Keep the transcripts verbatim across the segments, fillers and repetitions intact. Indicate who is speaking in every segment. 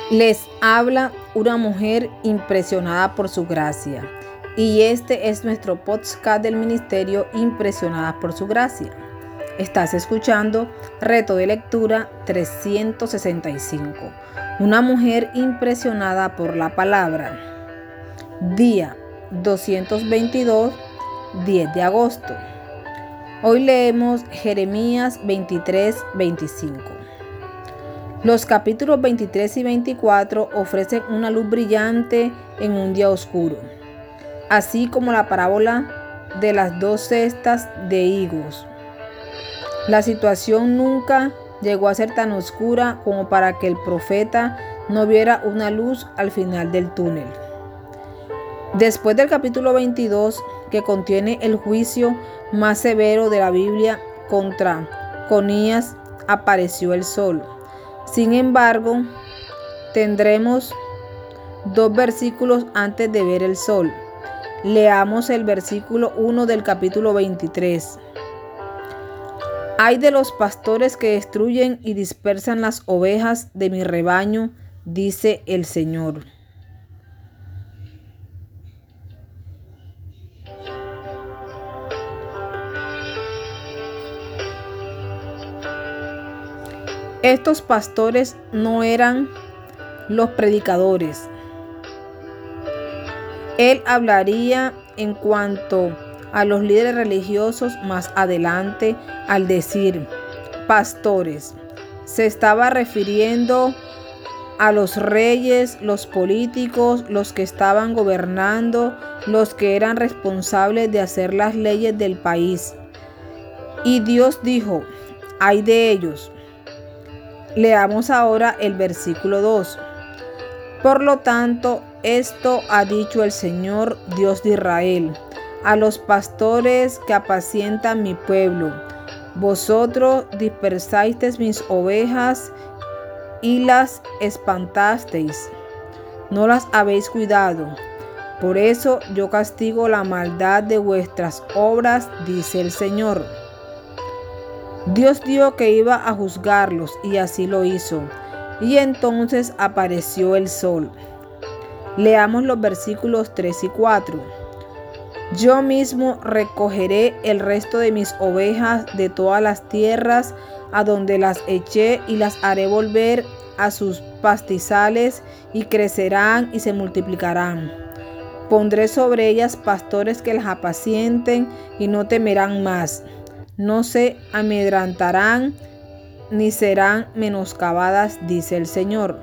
Speaker 1: Les habla una mujer impresionada por su gracia. Y este es nuestro podcast del ministerio Impresionadas por su gracia. Estás escuchando Reto de Lectura trescientos sesenta y cinco. Una mujer impresionada por la palabra. Día doscientos veintidós, diez de agosto. Hoy leemos Jeremías veintitrés, veinticinco. Los capítulos veintitrés y veinticuatro ofrecen una luz brillante en un día oscuro, así como la parábola de las dos cestas de higos. La situación nunca llegó a ser tan oscura como para que el profeta no viera una luz al final del túnel. Después del capítulo veintidós, que contiene el juicio más severo de la Biblia contra Conías, apareció el sol. Sin embargo, tendremos dos versículos antes de ver el sol. Leamos el versículo uno del capítulo veintitrés. Ay de los pastores que destruyen y dispersan las ovejas de mi rebaño, dice el Señor. Estos pastores no eran los predicadores. Él hablaría en cuanto a los líderes religiosos más adelante al decir pastores. Se estaba refiriendo a los reyes, los políticos, los que estaban gobernando, los que eran responsables de hacer las leyes del país. Y Dios dijo, ay de ellos. Leamos ahora el versículo dos. Por lo tanto, esto ha dicho el Señor Dios de Israel, a los pastores que apacientan mi pueblo. Vosotros dispersasteis mis ovejas y las espantasteis. No las habéis cuidado. Por eso yo castigo la maldad de vuestras obras, dice el Señor. Dios dijo que iba a juzgarlos y así lo hizo. Y entonces apareció el sol. Leamos los versículos tres y cuatro. Yo mismo recogeré el resto de mis ovejas de todas las tierras a donde las eché y las haré volver a sus pastizales y crecerán y se multiplicarán. Pondré sobre ellas pastores que las apacienten y no temerán más. No se amedrentarán ni serán menoscabadas, dice el Señor.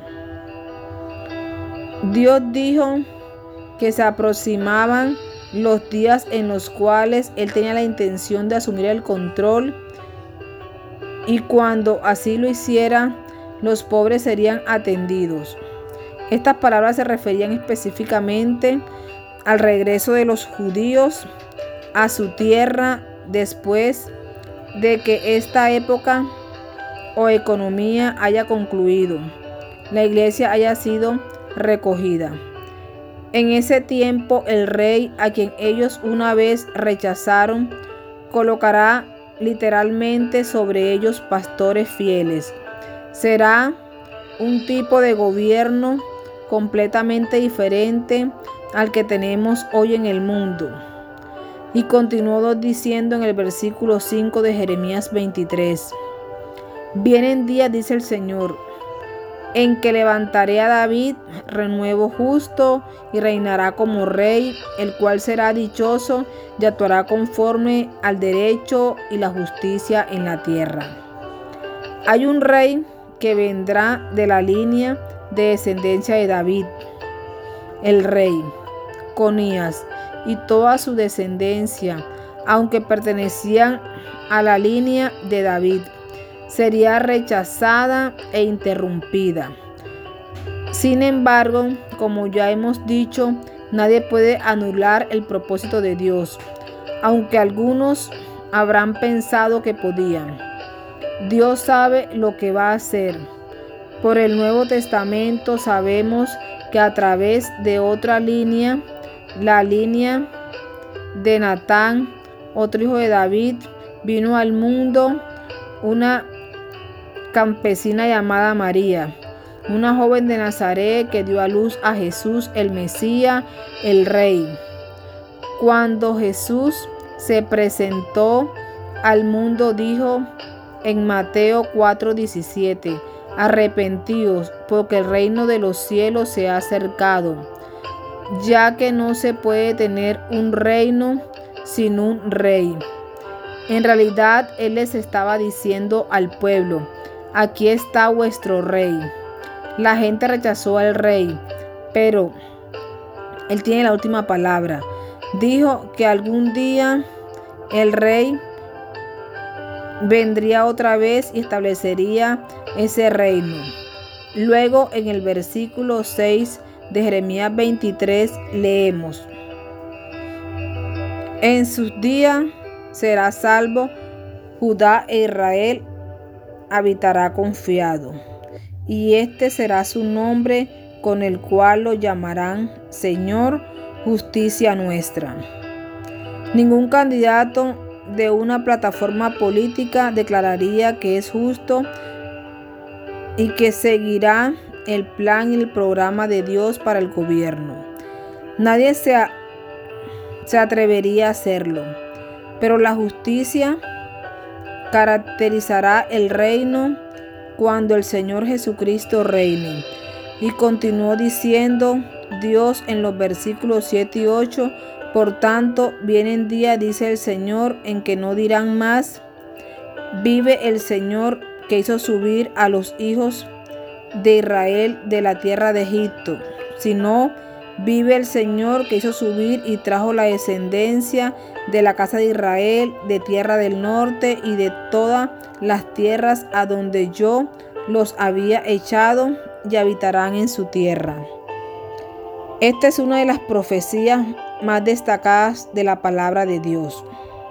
Speaker 1: Dios dijo que se aproximaban los días en los cuales Él tenía la intención de asumir el control, y cuando así lo hiciera, los pobres serían atendidos. Estas palabras se referían específicamente al regreso de los judíos a su tierra después de que esta época o economía haya concluido, la iglesia haya sido recogida. En ese tiempo el rey, a quien ellos una vez rechazaron, colocará literalmente sobre ellos pastores fieles. Será un tipo de gobierno completamente diferente al que tenemos hoy en el mundo. Y continuó diciendo en el versículo cinco de Jeremías veintitrés. Vienen días, dice el Señor, en que levantaré a David, renuevo justo, y reinará como rey, el cual será dichoso y actuará conforme al derecho y la justicia en la tierra. Hay un rey que vendrá de la línea de descendencia de David, el rey Conías, y toda su descendencia, aunque pertenecían a la línea de David, sería rechazada e interrumpida. Sin embargo, como ya hemos dicho, nadie puede anular el propósito de Dios, aunque algunos habrán pensado que podían. Dios sabe lo que va a hacer. Por el Nuevo Testamento sabemos que a través de otra línea, la línea de Natán, otro hijo de David, vino al mundo una campesina llamada María, una joven de Nazaret que dio a luz a Jesús, el Mesías, el Rey. Cuando Jesús se presentó al mundo, dijo en Mateo cuatro diecisiete, arrepentíos, porque el reino de los cielos se ha acercado, ya que no se puede tener un reino sin un rey. En realidad, él les estaba diciendo al pueblo, aquí está vuestro rey. La gente rechazó al rey, pero él tiene la última palabra. Dijo que algún día el rey vendría otra vez y establecería ese reino. Luego, en el versículo seis de Jeremías veintitrés, leemos: en sus días será salvo, Judá e Israel habitará confiado, y este será su nombre con el cual lo llamarán Señor, justicia nuestra. Ningún candidato de una plataforma política declararía que es justo y que seguirá el plan y el programa de Dios para el gobierno. Nadie se, a, se atrevería a hacerlo, pero la justicia caracterizará el reino cuando el Señor Jesucristo reine. Y continuó diciendo Dios en los versículos siete y ocho, por tanto, vienen días, dice el Señor, en que no dirán más, vive el Señor que hizo subir a los hijos de Israel de la tierra de Egipto, sino vive el Señor que hizo subir y trajo la descendencia de la casa de Israel de tierra del norte y de todas las tierras a donde yo los había echado, y habitarán en su tierra. Esta es una de las profecías más destacadas de la palabra de Dios.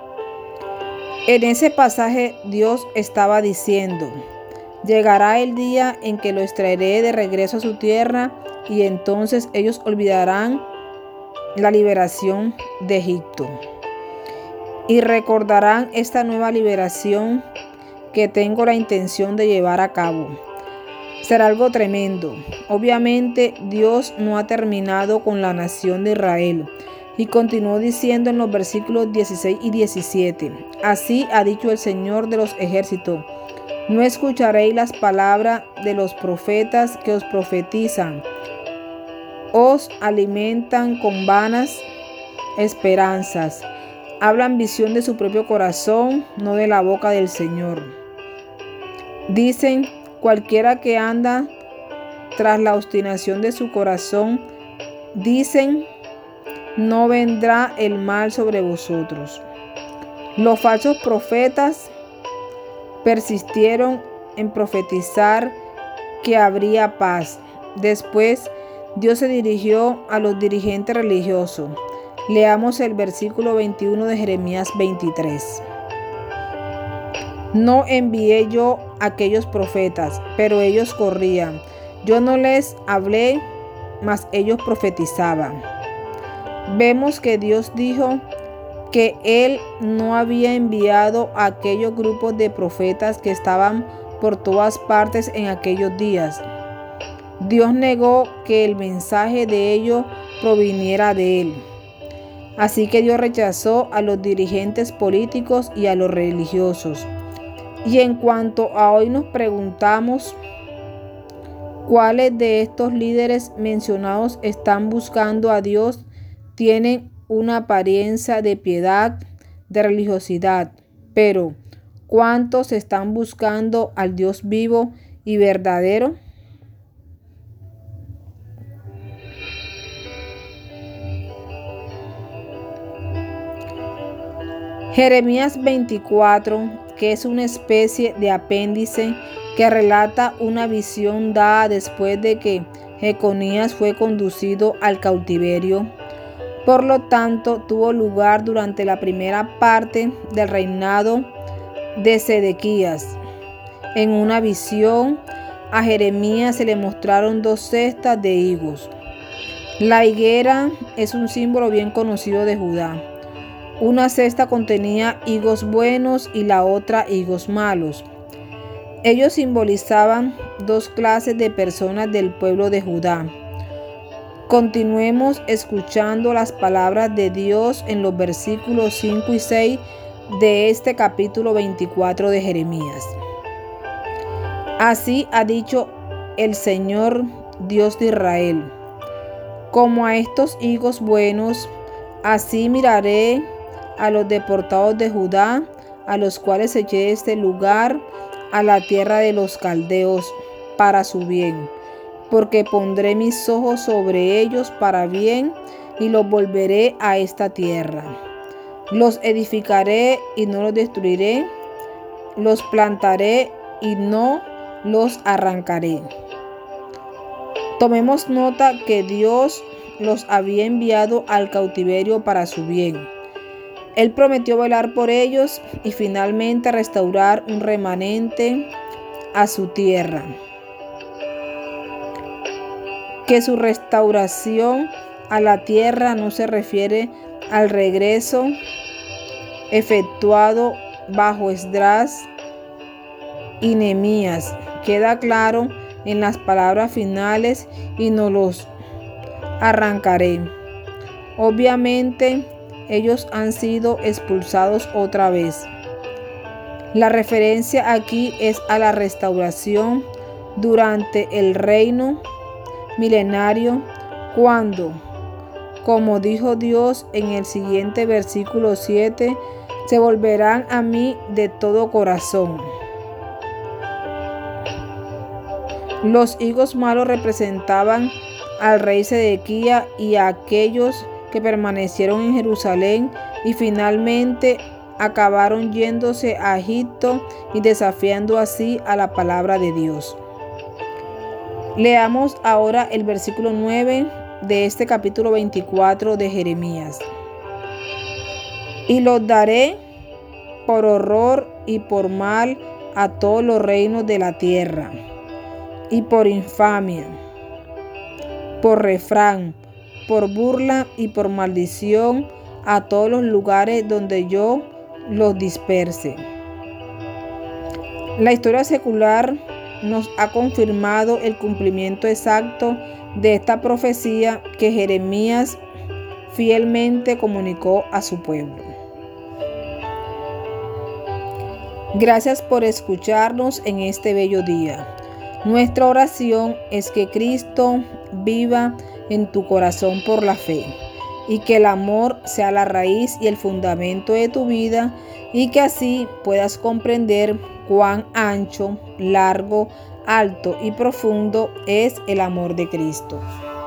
Speaker 1: En ese pasaje Dios estaba diciendo: llegará el día en que los traeré de regreso a su tierra, y entonces ellos olvidarán la liberación de Egipto y recordarán esta nueva liberación que tengo la intención de llevar a cabo. Será algo tremendo. Obviamente Dios no ha terminado con la nación de Israel, y continuó diciendo en los versículos dieciséis y diecisiete: así ha dicho el Señor de los ejércitos, no escucharéis las palabras de los profetas que os profetizan, os alimentan con vanas esperanzas, hablan visión de su propio corazón, no de la boca del Señor. Dicen: cualquiera que anda tras la obstinación de su corazón, dicen, no vendrá el mal sobre vosotros. Los falsos profetas persistieron en profetizar que habría paz. Después, Dios se dirigió a los dirigentes religiosos. Leamos el versículo veintiuno de Jeremías veintitrés. No envié yo a aquellos profetas, pero ellos corrían. Yo no les hablé, mas ellos profetizaban. Vemos que Dios dijo que Él no había enviado a aquellos grupos de profetas que estaban por todas partes en aquellos días. Dios negó que el mensaje de ellos proviniera de Él. Así que Dios rechazó a los dirigentes políticos y a los religiosos. Y en cuanto a hoy nos preguntamos, ¿cuáles de estos líderes mencionados están buscando a Dios? Tienen una apariencia de piedad, de religiosidad, pero ¿cuántos están buscando al Dios vivo y verdadero? Jeremías veinticuatro, que es una especie de apéndice que relata una visión dada después de que Jeconías fue conducido al cautiverio. Por lo tanto, tuvo lugar durante la primera parte del reinado de Sedequías. En una visión, a Jeremías se le mostraron dos cestas de higos. La higuera es un símbolo bien conocido de Judá. Una cesta contenía higos buenos y la otra higos malos. Ellos simbolizaban dos clases de personas del pueblo de Judá. Continuemos escuchando las palabras de Dios en los versículos cinco y seis de este capítulo veinticuatro de Jeremías. Así ha dicho el Señor Dios de Israel: como a estos higos buenos, así miraré a los deportados de Judá, a los cuales eché de este lugar, a la tierra de los caldeos, para su bien, porque pondré mis ojos sobre ellos para bien, y los volveré a esta tierra. Los edificaré y no los destruiré, los plantaré y no los arrancaré. Tomemos nota que Dios los había enviado al cautiverio para su bien. Él prometió velar por ellos y finalmente restaurar un remanente a su tierra. Que su restauración a la tierra no se refiere al regreso efectuado bajo Esdras y Nehemías. Queda claro en las palabras finales: y no los arrancaré. Obviamente, ellos han sido expulsados otra vez. La referencia aquí es a la restauración durante el reino milenario, cuando, como dijo Dios en el siguiente versículo siete, se volverán a mí de todo corazón. Los higos malos representaban al rey Sedequías y a aquellos que permanecieron en Jerusalén y finalmente acabaron yéndose a Egipto y desafiando así a la palabra de Dios. Leamos ahora el versículo nueve de este capítulo veinticuatro de Jeremías. Y los daré por horror y por mal a todos los reinos de la tierra, y por infamia, por refrán, por burla y por maldición a todos los lugares donde yo los disperse. La historia secular nos ha confirmado el cumplimiento exacto de esta profecía que Jeremías fielmente comunicó a su pueblo. Gracias por escucharnos en este bello día. Nuestra oración es que Cristo viva en tu corazón por la fe, y que el amor sea la raíz y el fundamento de tu vida, y que así puedas comprender cuán ancho, largo, alto y profundo es el amor de Cristo.